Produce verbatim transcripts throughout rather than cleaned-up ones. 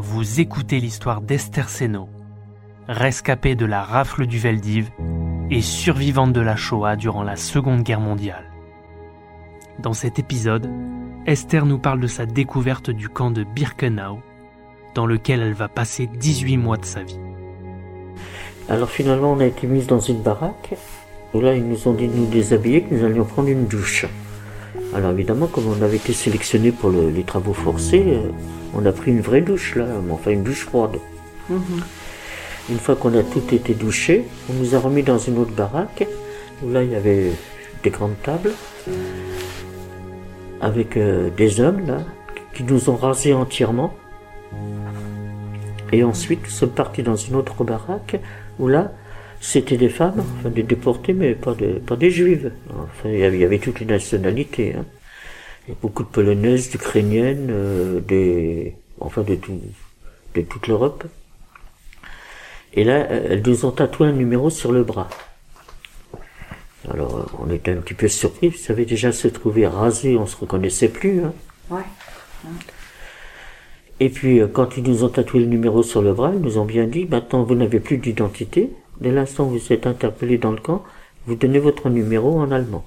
vous écoutez l'histoire d'Esther Seno, rescapée de la rafle du Veldiv et survivante de la Shoah durant la Seconde Guerre mondiale. Dans cet épisode, Esther nous parle de sa découverte du camp de Birkenau, dans lequel elle va passer dix-huit mois de sa vie. Alors finalement, on a été mis dans une baraque, où là, ils nous ont dit de nous déshabiller, que nous allions prendre une douche. Alors évidemment, comme on avait été sélectionnés pour le, les travaux forcés, euh, on a pris une vraie douche, là, enfin une douche froide. Mm-hmm. Une fois qu'on a tout été douché, on nous a remis dans une autre baraque, où là, il y avait des grandes tables, avec euh, des hommes, là, qui nous ont rasés entièrement. Et ensuite, nous sommes partis dans une autre baraque, où là, c'était des femmes, enfin des déportés, mais pas, de, pas des juives. Enfin, il y avait, il y avait toutes les nationalités. Hein. Il y a beaucoup de Polonaises, d'Ukrainiennes, euh, des, enfin de, tout, de toute l'Europe. Et là, elles nous ont tatoué un numéro sur le bras. Alors, on était un petit peu surpris, vous savez, déjà se trouver rasé, on se reconnaissait plus. Hein. Ouais. ouais. Et puis, quand ils nous ont tatoué le numéro sur le bras, ils nous ont bien dit, maintenant vous n'avez plus d'identité. Dès l'instant où vous êtes interpellé dans le camp, vous donnez votre numéro en allemand.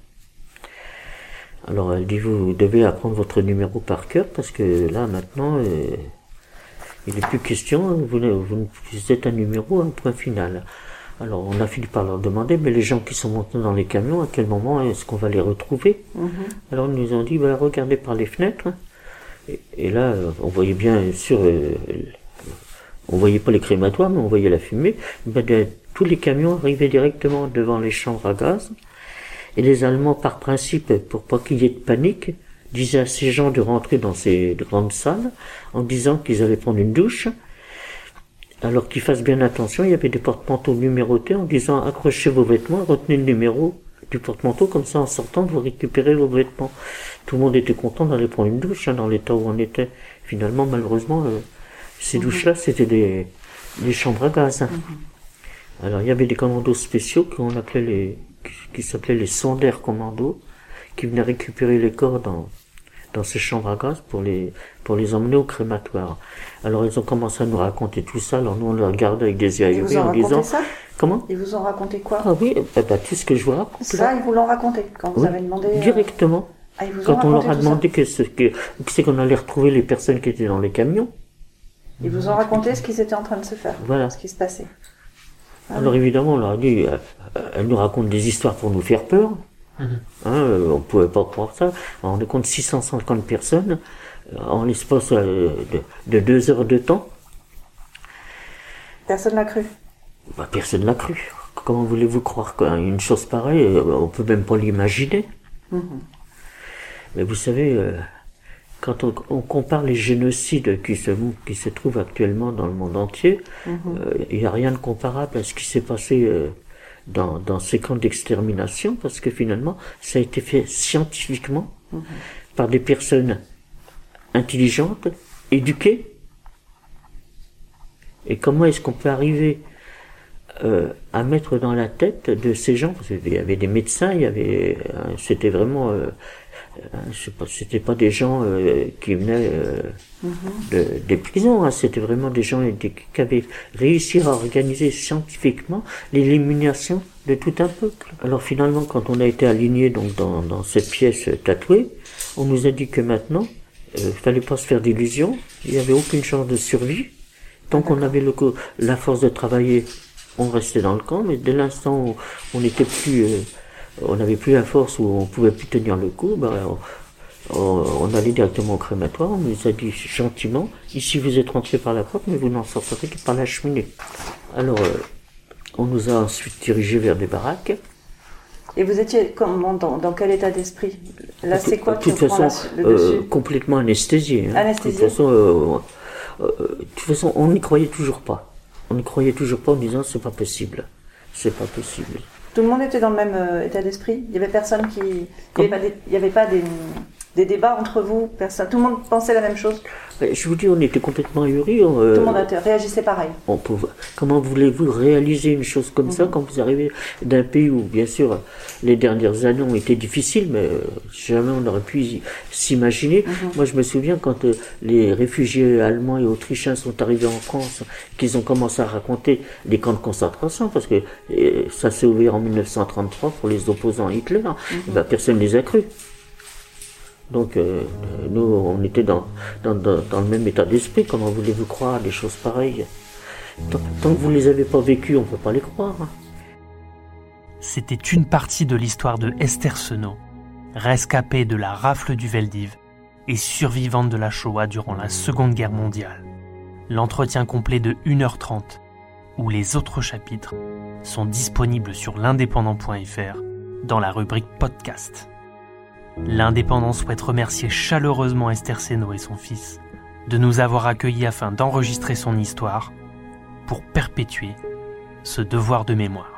Alors elle dit, vous devez apprendre votre numéro par cœur, parce que là maintenant, euh, il n'est plus question, vous, vous, vous êtes un numéro, un point final. Alors on a fini par leur demander, mais les gens qui sont montés dans les camions, à quel moment est-ce qu'on va les retrouver? Mm-hmm. Alors ils nous ont dit, bah, regardez par les fenêtres. Et, et là, on voyait bien sûr... Euh, on voyait pas les crématoires, mais on voyait la fumée. Ben, de, tous les camions arrivaient directement devant les chambres à gaz. Et les Allemands, par principe, pour pas qu'il y ait de panique, disaient à ces gens de rentrer dans ces grandes salles en disant qu'ils allaient prendre une douche. Alors qu'ils fassent bien attention, il y avait des porte-manteaux numérotés en disant accrochez vos vêtements, retenez le numéro du porte-manteau, comme ça en sortant vous récupérez vos vêtements. Tout le monde était content d'aller prendre une douche hein, dans l'état où on était. Finalement, malheureusement... Euh, Ces mmh. douches-là, c'était des, des chambres à gaz. Hein. Mmh. Alors, il y avait des commandos spéciaux qu'on appelait les, qui s'appelaient les sondaires commandos, qui venaient récupérer les corps dans, dans ces chambres à gaz pour les, pour les emmener au crématoire. Alors, ils ont commencé à nous raconter tout ça. Alors, nous, on les regardait avec des yeux ahuris en disant... Ça Comment? Ils vous ont raconté quoi? Ah oui, bah, bah, tout ce que je vous raconte. Ça, là. Ils vous l'ont raconté quand vous oui, avez demandé... Directement. Ah, ils vous quand ont on leur a demandé ça que ce que, que c'est qu'on allait retrouver les personnes qui étaient dans les camions. Ils vous ont raconté ce qui était en train de se faire, voilà. Ce qui se passait. Ah, Alors oui. Évidemment, on leur a dit, euh, elle nous raconte des histoires pour nous faire peur. Mm-hmm. Hein, euh, on pouvait pas croire ça. On est compte six cent cinquante personnes euh, en l'espace euh, de, de deux heures de temps. Personne l'a cru. Bah, personne l'a cru. Comment voulez-vous croire qu'une chose pareille, euh, on peut même pas l'imaginer. Mm-hmm. Mais vous savez. Euh, Quand on, on compare les génocides qui se, qui se trouvent actuellement dans le monde entier, il mm-hmm. euh, n'y a rien de comparable à ce qui s'est passé euh, dans, dans ces camps d'extermination, parce que finalement, ça a été fait scientifiquement mm-hmm. par des personnes intelligentes, éduquées. Et comment est-ce qu'on peut arriver euh, à mettre dans la tête de ces gens, parce qu'il y avait des médecins, il y avait, euh, c'était vraiment... Euh, je sais pas, c'était pas des gens euh, qui venaient euh, mm-hmm. de, des prisons, hein, c'était vraiment des gens qui, qui avaient réussi à organiser scientifiquement l'élimination de tout un peuple. Alors finalement, quand on a été alignés donc dans, dans cette pièce tatouée, on nous a dit que maintenant, il euh, fallait pas se faire d'illusions, il n'y avait aucune chance de survie. Tant qu'on avait le, la force de travailler, on restait dans le camp, mais dès l'instant où on n'était plus... Euh, on n'avait plus la force où on pouvait plus tenir le coup, ben, on, on, on allait directement au crématoire, on nous a dit gentiment, ici vous êtes rentrés par la porte, mais vous n'en sortirez que par la cheminée. Alors, euh, on nous a ensuite dirigés vers des baraques. Et vous étiez comment, dans, dans quel état d'esprit? Là, c'est quoi qui vous prend le dessus? euh, Complètement anesthésié. Hein. Anesthésié. De toute façon, euh, euh, de toute façon, on n'y croyait toujours pas. On n'y croyait toujours pas en disant c'est pas possible, c'est pas possible. Tout le monde était dans le même euh, état d'esprit. Il y avait personne qui, il y avait pas des, il y avait pas des, Des débats entre vous, personne, tout le monde pensait la même chose? Je vous dis, on était complètement ahuris. On, euh, tout le monde réagissait pareil. On pouvait, comment voulez-vous réaliser une chose comme mm-hmm. ça quand vous arrivez d'un pays où, bien sûr, les dernières années ont été difficiles, mais euh, jamais on aurait pu s'imaginer. Mm-hmm. Moi, je me souviens quand euh, les réfugiés allemands et autrichiens sont arrivés en France, qu'ils ont commencé à raconter les camps de concentration, parce que euh, ça s'est ouvert en mille neuf cent trente-trois pour les opposants à Hitler. Mm-hmm. Ben, personne ne les a crus. Donc, euh, nous, on était dans, dans, dans, dans le même état d'esprit. Comment voulez-vous croire des choses pareilles? Tant, tant que vous ne les avez pas vécues, on ne peut pas les croire. C'était une partie de l'histoire de Esther Senault, rescapée de la rafle du Veldiv et survivante de la Shoah durant la Seconde Guerre mondiale. L'entretien complet de une heure trente, où les autres chapitres sont disponibles sur l'indépendant point f r dans la rubrique podcast. L'Indépendant souhaite remercier chaleureusement Esther Senault et son fils de nous avoir accueillis afin d'enregistrer son histoire pour perpétuer ce devoir de mémoire.